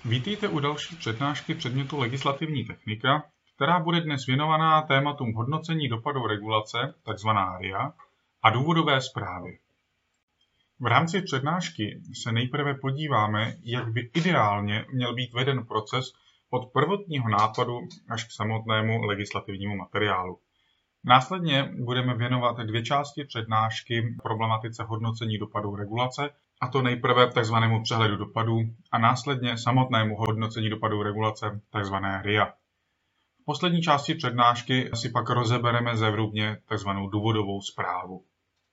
Vítejte u další přednášky předmětu legislativní technika, která bude dnes věnovaná tématům hodnocení dopadů regulace, takzvaná RIA, a důvodové zprávy. V rámci přednášky se nejprve podíváme, jak by ideálně měl být veden proces od prvotního nápadu až k samotnému legislativnímu materiálu. Následně budeme věnovat dvě části přednášky problematice hodnocení dopadů regulace, a to nejprve takzvanému přehledu dopadů a následně samotnému hodnocení dopadů regulace, takzvané RIA. V poslední části přednášky si pak rozebereme zevrubně takzvanou důvodovou zprávu.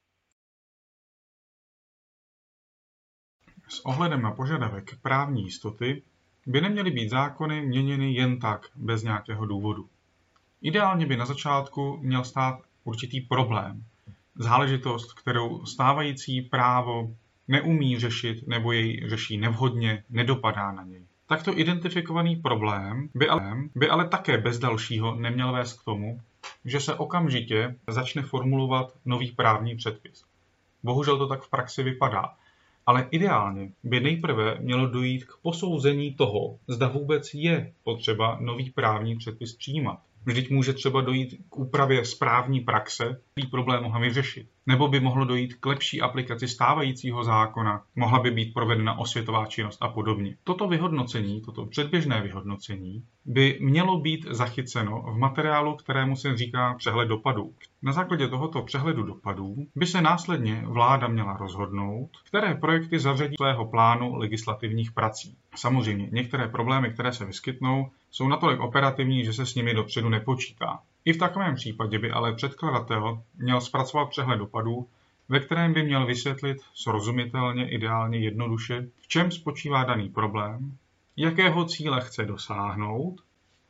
S ohledem na požadavek právní jistoty by neměly být zákony měněny jen tak, bez nějakého důvodu. Ideálně by na začátku měl stát určitý problém, záležitost, kterou stávající právo neumí řešit nebo jej řeší nevhodně, nedopadá na něj. Takto identifikovaný problém by ale také bez dalšího neměl vést k tomu, že se okamžitě začne formulovat nový právní předpis. Bohužel to tak v praxi vypadá, ale ideálně by nejprve mělo dojít k posouzení toho, zda vůbec je potřeba nový právní předpis přijímat. Vždyť může třeba dojít k úpravě správní praxe, který problém mohla vyřešit. Nebo by mohlo dojít k lepší aplikaci stávajícího zákona, mohla by být provedena osvětová činnost a podobně. Toto vyhodnocení, toto předběžné vyhodnocení, by mělo být zachyceno v materiálu, kterému se říká přehled dopadů. Na základě tohoto přehledu dopadů by se následně vláda měla rozhodnout, které projekty zařadí svého plánu legislativních prací. Samozřejmě některé problémy, které se vyskytnou, jsou natolik operativní, že se s nimi dopředu nepočítá. I v takovém případě by ale předkladatel měl zpracovat přehled dopadů, ve kterém by měl vysvětlit srozumitelně, ideálně jednoduše, v čem spočívá daný problém, jakého cíle chce dosáhnout,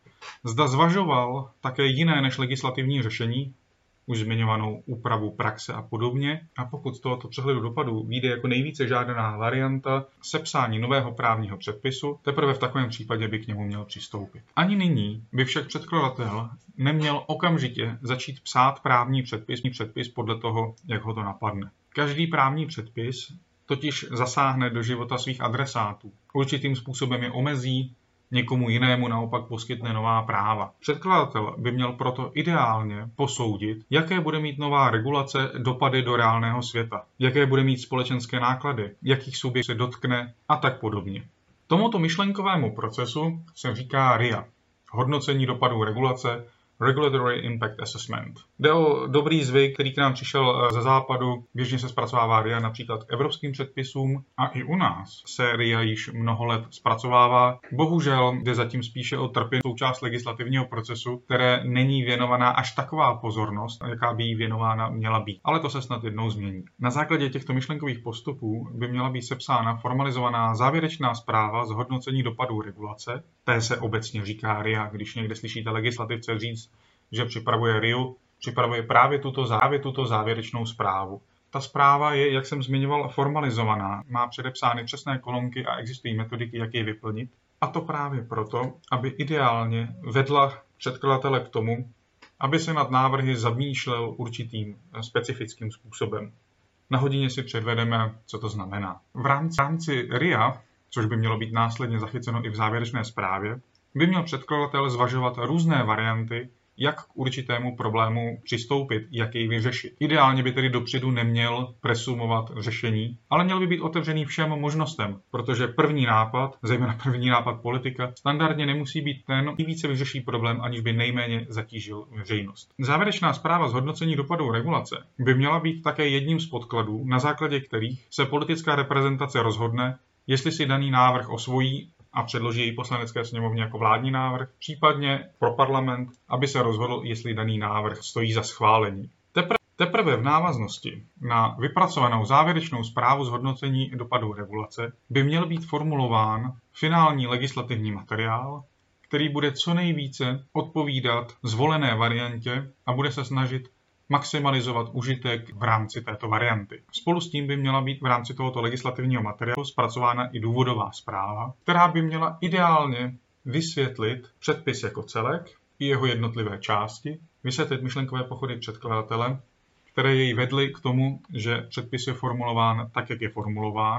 zda zvažoval také jiné než legislativní řešení, už zmiňovanou úpravu praxe a podobně, a pokud z tohoto přehledu dopadů vyjde jako nejvíce žádaná varianta sepsání nového právního předpisu, teprve v takovém případě by k němu měl přistoupit. Ani nyní by však předkladatel neměl okamžitě začít psát právní předpis podle toho, jak ho to napadne. Každý právní předpis totiž zasáhne do života svých adresátů. Určitým způsobem je omezí, někomu jinému naopak poskytne nová práva. Předkladatel by měl proto ideálně posoudit, jaké bude mít nová regulace dopady do reálného světa, jaké bude mít společenské náklady, jakých subjektů se dotkne a tak podobně. Tomuto myšlenkovému procesu se říká RIA, hodnocení dopadů regulace, Regulatory Impact Assessment. Jde o dobrý zvyk, který k nám přišel ze západu, běžně se zpracovává RIA například k evropským předpisům a i u nás se RIA již mnoho let zpracovává. Bohužel jde zatím spíše o trpěnou součást legislativního procesu, které není věnovaná až taková pozornost, jaká by jí věnována měla být. Ale to se snad jednou změní. Na základě těchto myšlenkových postupů by měla být sepsána formalizovaná závěrečná zpráva z hodnocení dopadů regulace. Té se obecně říká RIA, když někde slyšíte legislativce říct, že připravuje RIU, připravuje právě tuto závěrečnou zprávu. Ta zpráva je, jak jsem zmiňoval, formalizovaná, má předepsány přesné kolonky a existují metodiky, jak ji vyplnit. A to právě proto, aby ideálně vedla předkladatele k tomu, aby se nad návrhy zamýšlel určitým specifickým způsobem. Na hodině si předvedeme, co to znamená. V rámci RIA, což by mělo být následně zachyceno i v závěrečné zprávě, by měl předkladatel zvažovat různé varianty, jak k určitému problému přistoupit, jak jej vyřešit. Ideálně by tedy dopředu neměl presumovat řešení, ale měl by být otevřený všem možnostem, protože první nápad, zejména první nápad politika, standardně nemusí být ten, který více vyřeší problém, aniž by nejméně zatížil veřejnost. Závěrečná zpráva z hodnocení dopadů regulace by měla být také jedním z podkladů, na základě kterých se politická reprezentace rozhodne, jestli si daný návrh osvojí a předloží jej Poslanecké sněmovně jako vládní návrh, případně pro parlament, aby se rozhodl, jestli daný návrh stojí za schválení. Teprve v návaznosti na vypracovanou závěrečnou zprávu z hodnocení dopadů regulace by měl být formulován finální legislativní materiál, který bude co nejvíce odpovídat zvolené variantě a bude se snažit maximalizovat užitek v rámci této varianty. Spolu s tím by měla být v rámci tohoto legislativního materiálu zpracována i důvodová zpráva, která by měla ideálně vysvětlit předpis jako celek i jeho jednotlivé části, vysvětlit myšlenkové pochody předkladatele, které jej vedly k tomu, že předpis je formulován tak, jak je formulován,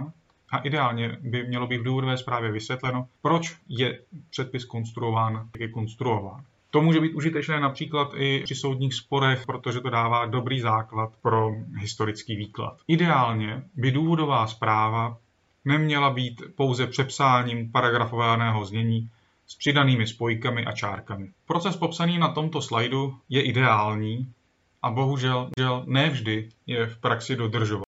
A ideálně by mělo být v důvodové zprávě vysvětleno, proč je předpis konstruován, jak je konstruován. To může být užitečné například i při soudních sporech, protože to dává dobrý základ pro historický výklad. Ideálně by důvodová zpráva neměla být pouze přepsáním paragrafovaného znění s přidanými spojkami a čárkami. Proces popsaný na tomto slajdu je ideální a bohužel ne vždy je v praxi dodržován.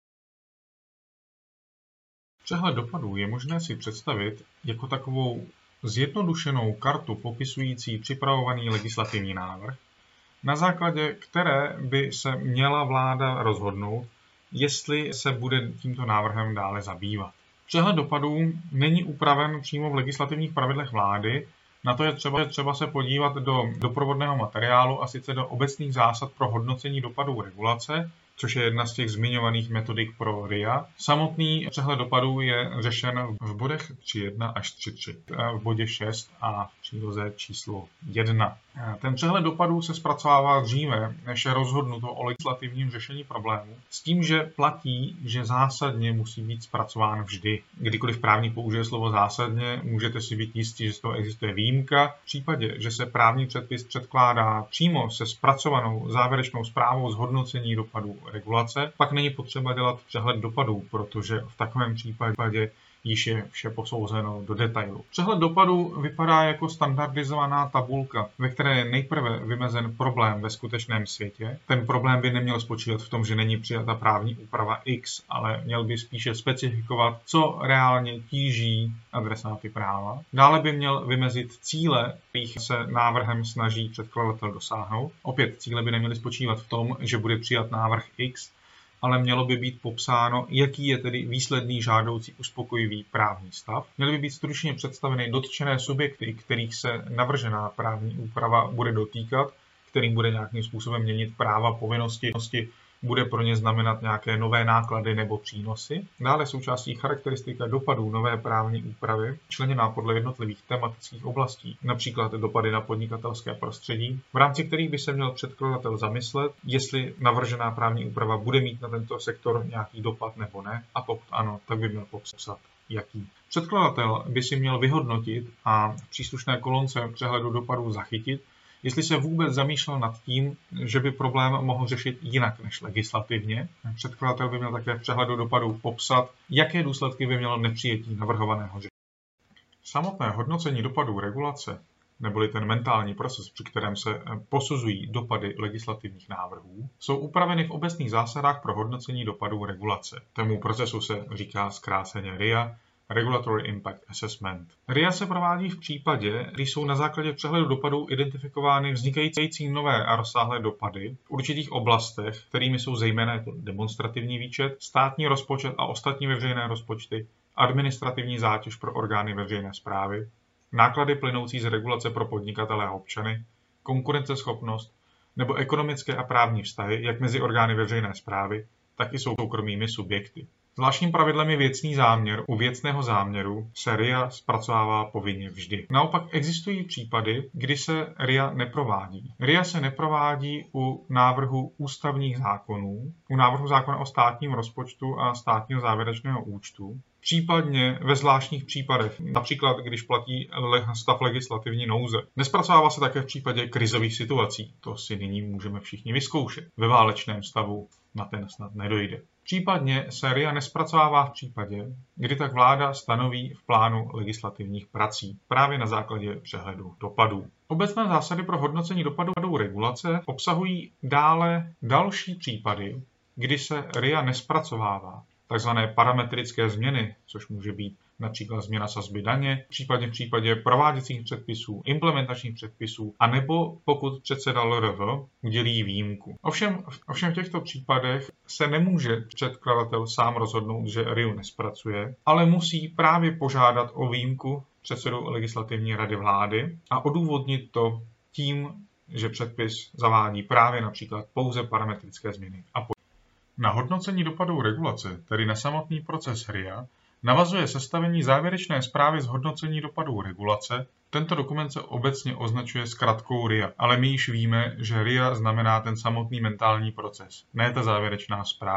Přehled dopadů je možné si představit jako takovou zjednodušenou kartu popisující připravovaný legislativní návrh, na základě které by se měla vláda rozhodnout, jestli se bude tímto návrhem dále zabývat. Přehled dopadů není upraven přímo v legislativních pravidlech vlády, na to je třeba se podívat do doprovodného materiálu a sice do obecných zásad pro hodnocení dopadů regulace, což je jedna z těch zmiňovaných metodik pro RIA. Samotný přehled dopadů je řešen v bodech 3.1 až 3.3, v bodě 6 a v příloze číslo 1. Ten přehled dopadů se zpracovává dříve, než je rozhodnuto o legislativním řešení problému, s tím, že platí, že zásadně musí být zpracován vždy. Kdykoliv právník použije slovo zásadně, můžete si být jistí, že z toho existuje výjimka. V případě, že se právní předpis předkládá přímo se zpracovanou závěrečnou zprávou zhodnocení dopadů regulace, pak není potřeba dělat přehled dopadů, protože v takovém případě již je vše posouzeno do detailu. Přehled dopadů vypadá jako standardizovaná tabulka, ve které je nejprve vymezen problém ve skutečném světě. Ten problém by neměl spočívat v tom, že není přijata právní úprava X, ale měl by spíše specifikovat, co reálně tíží adresáty práva. Dále by měl vymezit cíle, kterých se návrhem snaží předkladatel dosáhnout. Opět cíle by neměly spočívat v tom, že bude přijat návrh X, ale mělo by být popsáno, jaký je tedy výsledný žádoucí uspokojivý právní stav. Měly by být stručně představeny dotčené subjekty, kterých se navržená právní úprava bude dotýkat, kterým bude nějakým způsobem měnit práva, povinnosti, bude pro ně znamenat nějaké nové náklady nebo přínosy. Dále součástí charakteristika dopadů nové právní úpravy, členěná podle jednotlivých tematických oblastí, například dopady na podnikatelské prostředí, v rámci kterých by se měl předkladatel zamyslet, jestli navržená právní úprava bude mít na tento sektor nějaký dopad nebo ne, a pokud ano, tak by měl popsat jaký. Předkladatel by si měl vyhodnotit a v příslušné kolonce přehledu dopadů zachytit, jestli se vůbec zamýšlel nad tím, že by problém mohl řešit jinak než legislativně. Předkladatel by měl také v přehledu dopadů popsat, jaké důsledky by mělo nepřijetí navrhovaného řešení. Samotné hodnocení dopadů regulace, neboli ten mentální proces, při kterém se posuzují dopady legislativních návrhů, jsou upraveny v obecných zásadách pro hodnocení dopadů regulace. Tomu procesu se říká zkráceně RIA, Regulatory Impact Assessment. RIA se provádí v případě, kdy jsou na základě přehledu dopadů identifikovány vznikající nové a rozsáhlé dopady v určitých oblastech, kterými jsou zejména jako demonstrativní výčet, státní rozpočet a ostatní veřejné rozpočty, administrativní zátěž pro orgány veřejné správy, náklady plynoucí z regulace pro podnikatele a občany, konkurenceschopnost nebo ekonomické a právní vztahy jak mezi orgány veřejné správy, tak i soukromými subjekty. Zvláštním pravidlem je věcný záměr. U věcného záměru se RIA zpracovává povinně vždy. Naopak existují případy, kdy se RIA neprovádí. RIA se neprovádí u návrhu ústavních zákonů, u návrhu zákona o státním rozpočtu a státního závěrečného účtu, případně ve zvláštních případech, například když platí stav legislativní nouze. Nespracovává se také v případě krizových situací. To si nyní můžeme všichni vyzkoušet. Ve válečném stavu na ten snad nedojde. Případně se RIA nespracovává v případě, kdy tak vláda stanoví v plánu legislativních prací, právě na základě přehledu dopadů. Obecné zásady pro hodnocení dopadů regulace obsahují dále další případy, kdy se RIA nespracovává. Takzvané parametrické změny, což může být například změna sazby daně, případně v případě prováděcích předpisů, implementačních předpisů, anebo pokud předseda LRV udělí výjimku. Ovšem v těchto případech se nemůže předkladatel sám rozhodnout, že RIA nespracuje, ale musí právě požádat o výjimku předsedu Legislativní rady vlády a odůvodnit to tím, že předpis zavádí právě například pouze parametrické změny. Na hodnocení dopadů regulace, tedy na samotný proces RIA, navazuje sestavení závěrečné zprávy z hodnocení dopadů regulace. Tento dokument se obecně označuje zkratkou RIA, ale my již víme, že RIA znamená ten samotný mentální proces, ne ta závěrečná zpráva.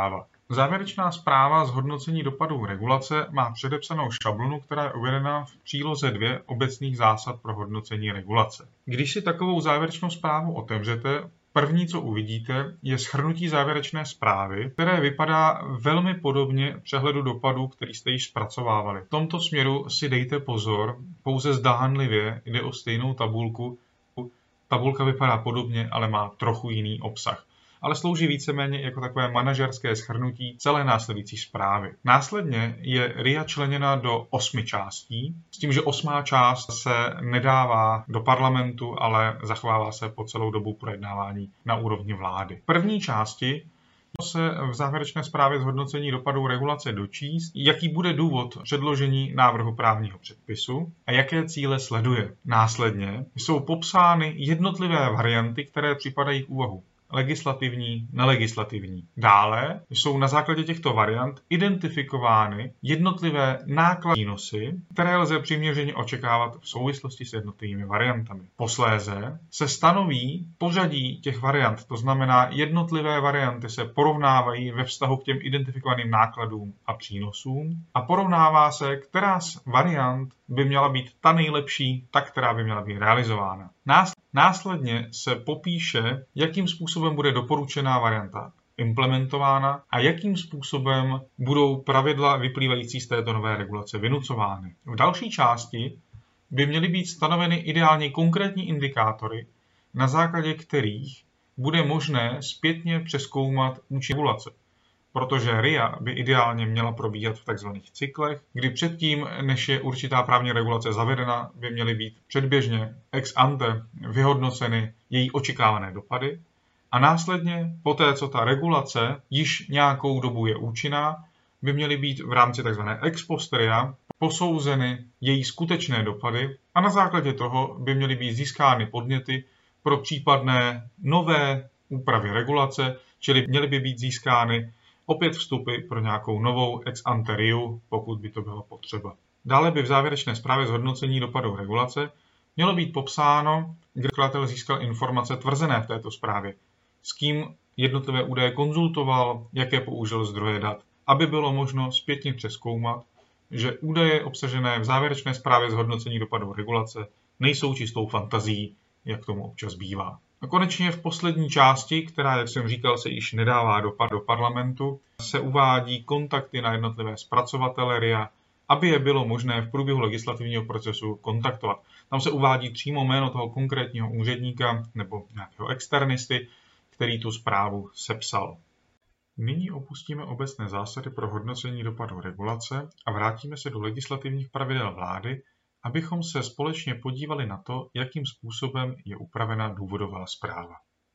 Závěrečná zpráva z hodnocení dopadů regulace má předepsanou šablonu, která je uvedena v příloze 2 obecných zásad pro hodnocení regulace. Když si takovou závěrečnou zprávu otevřete, první, co uvidíte, je shrnutí závěrečné zprávy, které vypadá velmi podobně přehledu dopadů, který jste již zpracovávali. V tomto směru si dejte pozor, pouze zdánlivě jde o stejnou tabulku. Tabulka vypadá podobně, ale má trochu jiný obsah, ale slouží víceméně jako takové manažerské shrnutí celé následující zprávy. Následně je RIA členěna do 8 částí, s tím, že 8. část se nedává do parlamentu, ale zachovává se po celou dobu projednávání na úrovni vlády. V první části se v závěrečné zprávě zhodnocení dopadů regulace dočíst, jaký bude důvod předložení návrhu právního předpisu a jaké cíle sleduje. Následně jsou popsány jednotlivé varianty, které připadají v úvahu. Legislativní, nelegislativní. Dále jsou na základě těchto variant identifikovány jednotlivé nákladní výnosy, které lze přiměřeně očekávat v souvislosti s jednotlivými variantami. Posléze se stanoví pořadí těch variant, to znamená jednotlivé varianty se porovnávají ve vztahu k těm identifikovaným nákladům a přínosům a porovnává se, která z variant by měla být ta nejlepší, ta, která by měla být realizována. Následně se popíše, jakým způsobem bude doporučená varianta implementována a jakým způsobem budou pravidla vyplývající z této nové regulace vynucovány. V další části by měly být stanoveny ideálně konkrétní indikátory, na základě kterých bude možné zpětně přezkoumat účinnost regulace. Protože RIA by ideálně měla probíhat v tzv. Cyklech, kdy předtím, než je určitá právní regulace zavedena, by měly být předběžně ex ante vyhodnoceny její očekávané dopady a následně, poté co ta regulace již nějakou dobu je účinná, by měly být v rámci tzv. Ex posteria posouzeny její skutečné dopady a na základě toho by měly být získány podněty pro případné nové úpravy regulace, čili měly by být získány opět vstupy pro nějakou novou ex ante RIU, pokud by to bylo potřeba. Dále by v závěrečné zprávě zhodnocení dopadů regulace mělo být popsáno, kde zakladatel získal informace tvrzené v této zprávě, s kým jednotlivé údaje konzultoval, jaké použil zdroje dat, aby bylo možno zpětně přezkoumat, že údaje obsažené v závěrečné zprávě zhodnocení dopadů regulace nejsou čistou fantazií, jak tomu občas bývá. A konečně v poslední části, která, jak jsem říkal, se již nedává do parlamentu, se uvádí kontakty na jednotlivé zpracovatele RIA, aby je bylo možné v průběhu legislativního procesu kontaktovat. Tam se uvádí přímo jméno toho konkrétního úředníka nebo nějakého externisty, který tu zprávu sepsal. Nyní opustíme obecné zásady pro hodnocení dopadu regulace a vrátíme se do legislativních pravidel vlády, abychom se společně podívali na to, jakým způsobem je upravena důvodová zpráva.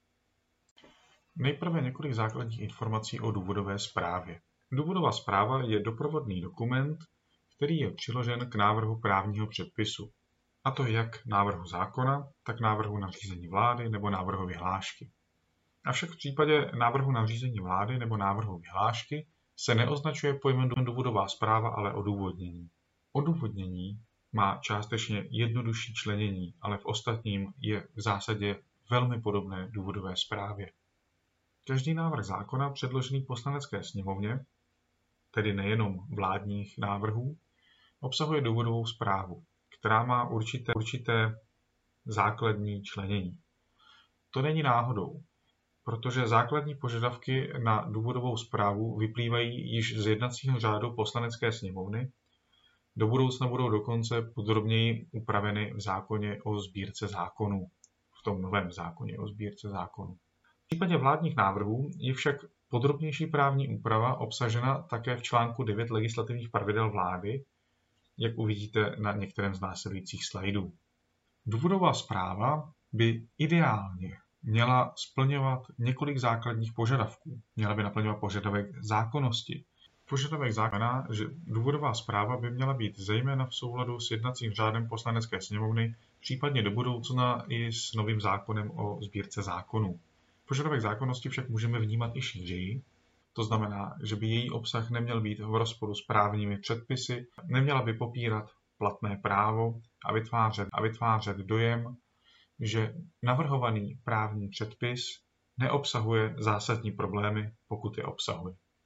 Nejprve několik základních informací o důvodové zprávě. Důvodová zpráva je doprovodný dokument, který je přiložen k návrhu právního předpisu, a to jak návrhu zákona, tak návrhu nařízení vlády nebo návrhu vyhlášky. Avšak v případě návrhu nařízení vlády nebo návrhu vyhlášky se neoznačuje pojmem důvodová zpráva, ale odůvodnění. Odůvodnění má částečně jednodušší členění, ale v ostatním je v zásadě velmi podobné důvodové zprávě. Každý návrh zákona předložený Poslanecké sněmovně, tedy nejenom vládních návrhů, obsahuje důvodovou zprávu, která má určité základní členění. To není náhodou, protože základní požadavky na důvodovou zprávu vyplývají již z jednacího řádu Poslanecké sněmovny. Do budoucna budou dokonce podrobněji upraveny v zákoně o sbírce zákonů, v tom novém zákoně o sbírce zákonů. V případě vládních návrhů je však podrobnější právní úprava obsažena také v článku 9 legislativních pravidel vlády, jak uvidíte na některém z následujících slajdů. Důvodová zpráva by ideálně měla splňovat několik základních požadavků. Měla by naplňovat požadavek zákonnosti. Požadavek znamená, že důvodová zpráva by měla být zejména v souladu s jednacím řádem Poslanecké sněmovny, případně do budoucna i s novým zákonem o sbírce zákonů. Požadavek zákonnosti však můžeme vnímat i šířeji. To znamená, že by její obsah neměl být v rozporu s právními předpisy, neměla by popírat platné právo a vytvářet dojem, že navrhovaný právní předpis neobsahuje zásadní problémy, pokud je obsahuje.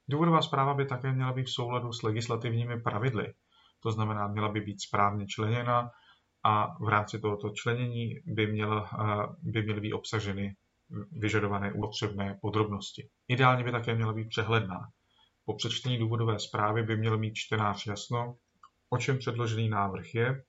Důvodová zpráva by také měla být v souladu s legislativními pravidly. To znamená, měla by být správně členěna a v rámci tohoto členění by měly být obsaženy vyžadované potřebné podrobnosti. Ideálně by také měla být přehledná. Po přečtení důvodové zprávy by měl mít čtenář jasno, o čem předložený návrh je,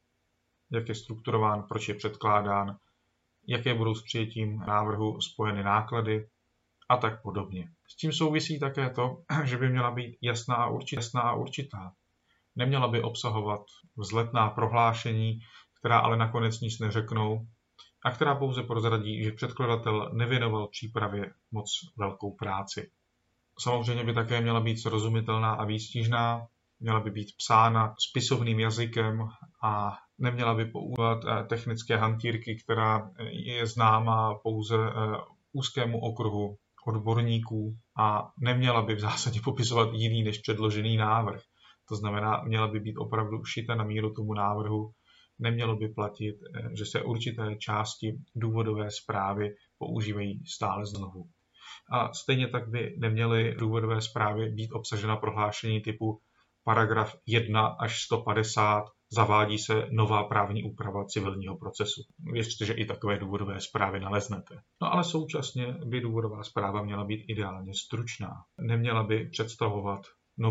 jak je strukturován, proč je předkládán, jaké budou s přijetím návrhu spojeny náklady a tak podobně. S tím souvisí také to, že by měla být jasná a určitá. Neměla by obsahovat vzletná prohlášení, která ale nakonec nic neřeknou a která pouze prozradí, že předkladatel nevěnoval přípravě moc velkou práci. Samozřejmě by také měla být srozumitelná a výstižná, měla by být psána spisovným jazykem a neměla by používat technické hantýrky, která je známá pouze úzkému okruhu odborníků a neměla by v zásadě popisovat jiný než předložený návrh. To znamená, měla by být opravdu ušita na míru tomu návrhu, nemělo by platit, že se určité části důvodové zprávy používají stále znovu. A stejně tak by neměly v důvodové zprávě být obsažena prohlášení typu paragraf 1 až 150 zavádí se nová právní úprava civilního procesu. Věřte, že i takové důvodové zprávy naleznete. No ale současně by důvodová zpráva měla být ideálně stručná. Neměla by představovat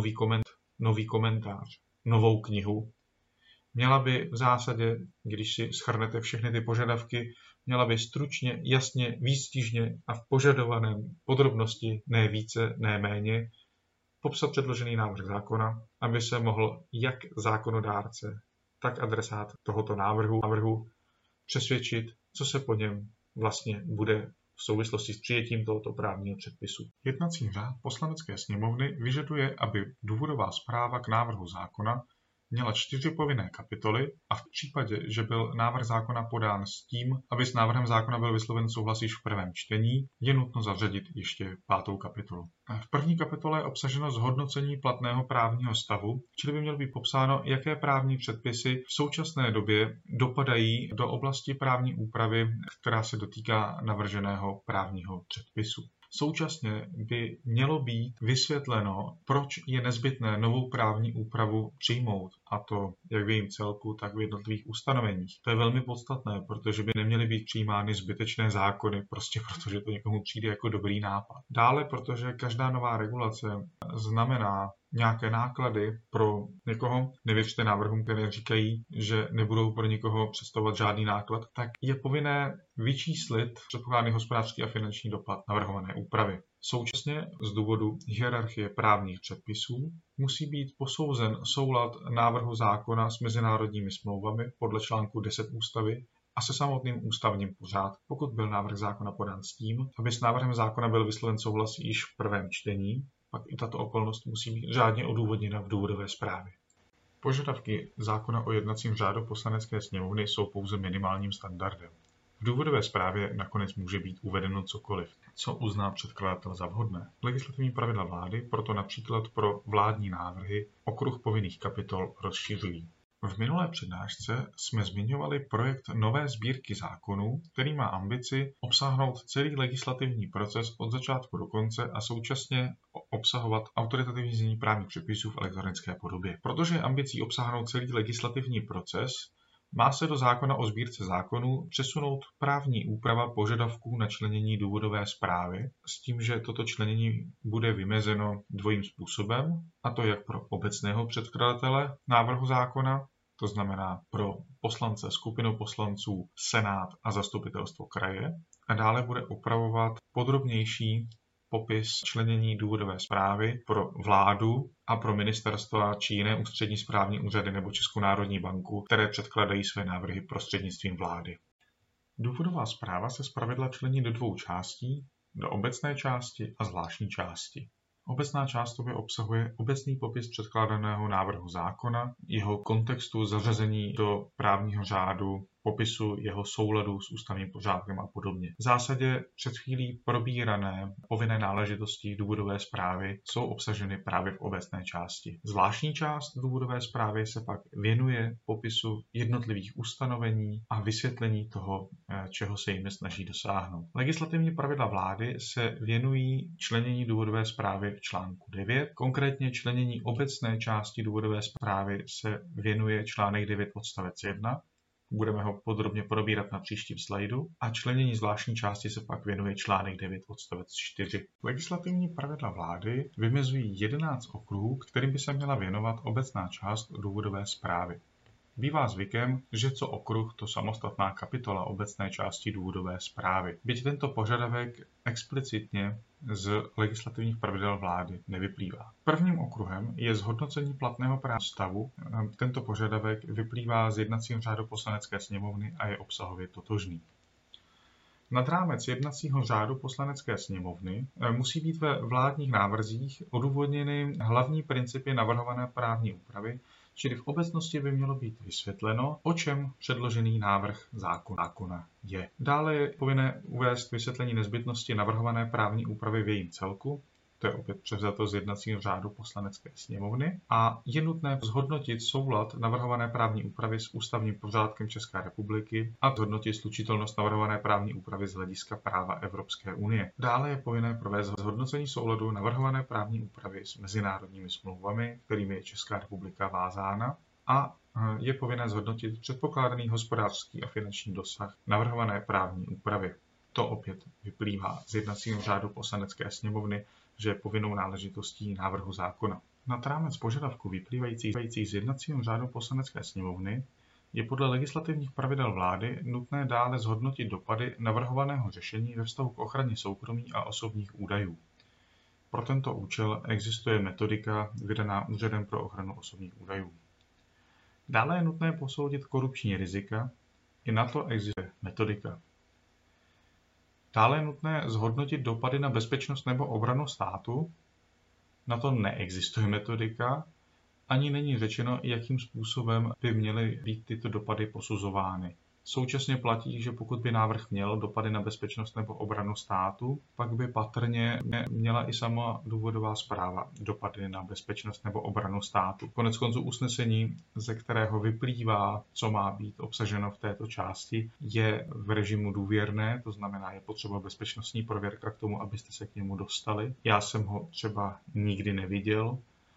nový komentář, novou knihu. Měla by v zásadě, když si shrnete všechny ty požadavky, měla by stručně, jasně, výstižně a v požadovaném podrobnosti, ne více, ne méně, popsat předložený návrh zákona, aby se mohl jak zákonodárce, tak adresát tohoto návrhu přesvědčit, co se po něm vlastně bude v souvislosti s přijetím tohoto právního předpisu. Jednací řád Poslanecké sněmovny vyžaduje, aby důvodová zpráva k návrhu zákona měla 4 povinné kapitoly a v případě, že byl návrh zákona podán s tím, aby s návrhem zákona byl vysloven souhlas již v prvém čtení, je nutno zařadit ještě 5. kapitolu. V první kapitole je obsaženo zhodnocení platného právního stavu, čili by mělo být popsáno, jaké právní předpisy v současné době dopadají do oblasti právní úpravy, která se dotýká navrženého právního předpisu. Současně by mělo být vysvětleno, proč je nezbytné novou právní úpravu přijmout, a to jak v jejím celku, tak v jednotlivých ustanoveních. To je velmi podstatné, protože by neměly být přijímány zbytečné zákony, prostě protože to někomu přijde jako dobrý nápad. Dále, protože každá nová regulace znamená nějaké náklady pro někoho, nevěřte návrhům, které říkají, že nebudou pro někoho představovat žádný náklad, tak je povinné vyčíslit předpokládaný hospodářský a finanční dopad navrhované úpravy. Současně z důvodu hierarchie právních předpisů musí být posouzen soulad návrhu zákona s mezinárodními smlouvami podle článku 10 ústavy a se samotným ústavním pořádkem, pokud byl návrh zákona podán s tím, aby s návrhem zákona byl vysloven souhlas již v prvém čtení, pak i tato okolnost musí být řádně odůvodněna v důvodové zprávě. Požadavky zákona o jednacím řádu Poslanecké sněmovny jsou pouze minimálním standardem. V důvodové zprávě nakonec může být uvedeno cokoliv, co uzná předkladatel za vhodné. Legislativní pravidla vlády proto například pro vládní návrhy okruh povinných kapitol rozšiřují. V minulé přednášce jsme zmiňovali projekt nové sbírky zákonů, který má ambici obsáhnout celý legislativní proces od začátku do konce a současně obsahovat autoritativní znění právních předpisů v elektronické podobě. Protože je ambicí obsáhnout celý legislativní proces, má se do zákona o sbírce zákonů přesunout právní úprava požadavků na členění důvodové zprávy s tím, že toto členění bude vymezeno dvojím způsobem, a to jak pro obecného předkladatele návrhu zákona, to znamená pro poslance, skupinu poslanců, senát a zastupitelstvo kraje, a dále bude upravovat podrobnější popis členění důvodové zprávy pro vládu a pro ministerstva či jiné ústřední správní úřady nebo Českou národní banku, které předkládají své návrhy prostřednictvím vlády. Důvodová zpráva se zpravidla člení do 2 částí, do obecné části a zvláštní části. Obecná část obsahuje obecný popis předkládaného návrhu zákona, jeho kontextu, zařazení do právního řádu, popisu jeho souladu s ústavním pořádkem a podobně. V zásadě před chvílí probírané povinné náležitosti důvodové zprávy jsou obsaženy právě v obecné části. Zvláštní část důvodové zprávy se pak věnuje popisu jednotlivých ustanovení a vysvětlení toho, čeho se jimi snaží dosáhnout. Legislativní pravidla vlády se věnují členění důvodové zprávy v článku 9, konkrétně členění obecné části důvodové zprávy se věnuje článek 9 odstavec 1, budeme ho podrobně probírat na příštím slajdu, a členění zvláštní části se pak věnuje článek 9 odstavec 4. Legislativní pravidla vlády vymezují 11 okruhů, kterým by se měla věnovat obecná část důvodové zprávy. Bývá zvykem, že co okruh, to samostatná kapitola obecné části důvodové zprávy. Byť tento požadavek explicitně z legislativních pravidel vlády nevyplývá. Prvním okruhem je zhodnocení platného právního stavu. Tento požadavek vyplývá z jednacího řádu Poslanecké sněmovny a je obsahově totožný. Nad rámec jednacího řádu Poslanecké sněmovny musí být ve vládních návrzích odůvodněny hlavní principy navrhované právní úpravy, čili v obecnosti by mělo být vysvětleno, o čem předložený návrh zákona je. Dále je povinné uvést vysvětlení nezbytnosti navrhované právní úpravy v jejím celku, to je opět převzato z jednacího řádu Poslanecké sněmovny, a je nutné zhodnotit soulad navrhované právní úpravy s ústavním pořádkem České republiky a zhodnotit slučitelnost navrhované právní úpravy z hlediska práva Evropské unie. Dále je povinné provést zhodnocení souladu navrhované právní úpravy s mezinárodními smlouvami, kterými je Česká republika vázána, a je povinné zhodnotit předpokládaný hospodářský a finanční dosah navrhované právní úpravy. To opět vyplývá z jednacího řádu Poslanecké sněmovny, že je povinnou náležitostí návrhu zákona. Nad rámec požadavků vyplývajících z jednacího řádu Poslanecké sněmovny je podle legislativních pravidel vlády nutné dále zhodnotit dopady navrhovaného řešení ve vztahu k ochraně soukromí a osobních údajů. Pro tento účel existuje metodika vydaná Úřadem pro ochranu osobních údajů. Dále je nutné posoudit korupční rizika, i na to existuje metodika. Dále je nutné zhodnotit dopady na bezpečnost nebo obranu státu, na to neexistuje metodika, ani není řečeno, jakým způsobem by měly být tyto dopady posuzovány. Současně platí, že pokud by návrh měl dopady na bezpečnost nebo obranu státu, pak by patrně měla i sama důvodová zpráva dopady na bezpečnost nebo obranu státu. Koneckonců usnesení, ze kterého vyplývá, co má být obsaženo v této části, je v režimu důvěrné, to znamená, je potřeba bezpečnostní prověrka k tomu, abyste se k němu dostali. Já jsem ho třeba nikdy neviděl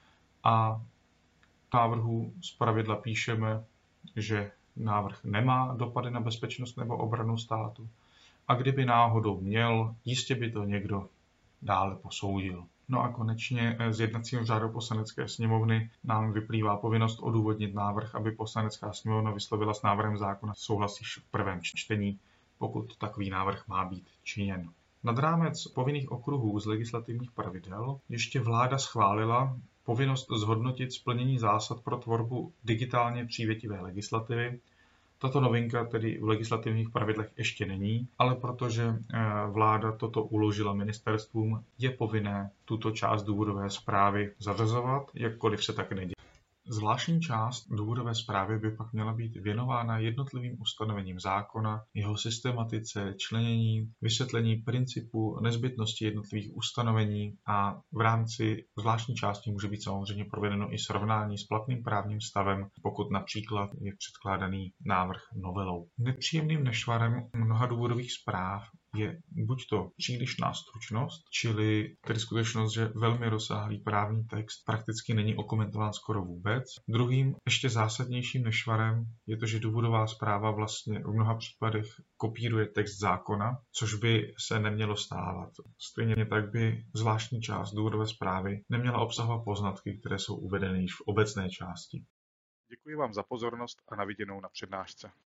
a v návrhu zpravidla píšeme, že návrh nemá dopady na bezpečnost nebo obranu státu a kdyby náhodou měl, jistě by to někdo dále posoudil. No a konečně z jednacího řádu Poslanecké sněmovny nám vyplývá povinnost odůvodnit návrh, aby Poslanecká sněmovna vyslovila s návrhem zákona souhlas již v prvém čtení, pokud takový návrh má být činěn. Nad rámec povinných okruhů z legislativních pravidel ještě vláda schválila povinnost zhodnotit splnění zásad pro tvorbu digitálně přívětivé legislativy. Tato novinka tedy v legislativních pravidlech ještě není, ale protože vláda toto uložila ministerstvům, je povinné tuto část důvodové zprávy zařazovat, jakkoliv se tak neděje. Zvláštní část důvodové zprávy by pak měla být věnována jednotlivým ustanovením zákona, jeho systematice, členění, vysvětlení principů, nezbytnosti jednotlivých ustanovení a v rámci zvláštní části může být samozřejmě provedeno i srovnání s platným právním stavem, pokud například je předkládaný návrh novelou. Nepříjemným nešvarem mnoha důvodových zpráv je buď to přílišná stručnost, čili tedy skutečnost, že velmi rozsáhlý právní text prakticky není okomentován skoro vůbec. Druhým, ještě zásadnějším nešvarem je to, že důvodová zpráva vlastně v mnoha případech kopíruje text zákona, což by se nemělo stávat. Stejně tak by zvláštní část důvodové zprávy neměla obsahovat poznatky, které jsou uvedeny již v obecné části. Děkuji vám za pozornost a na viděnou na přednášce.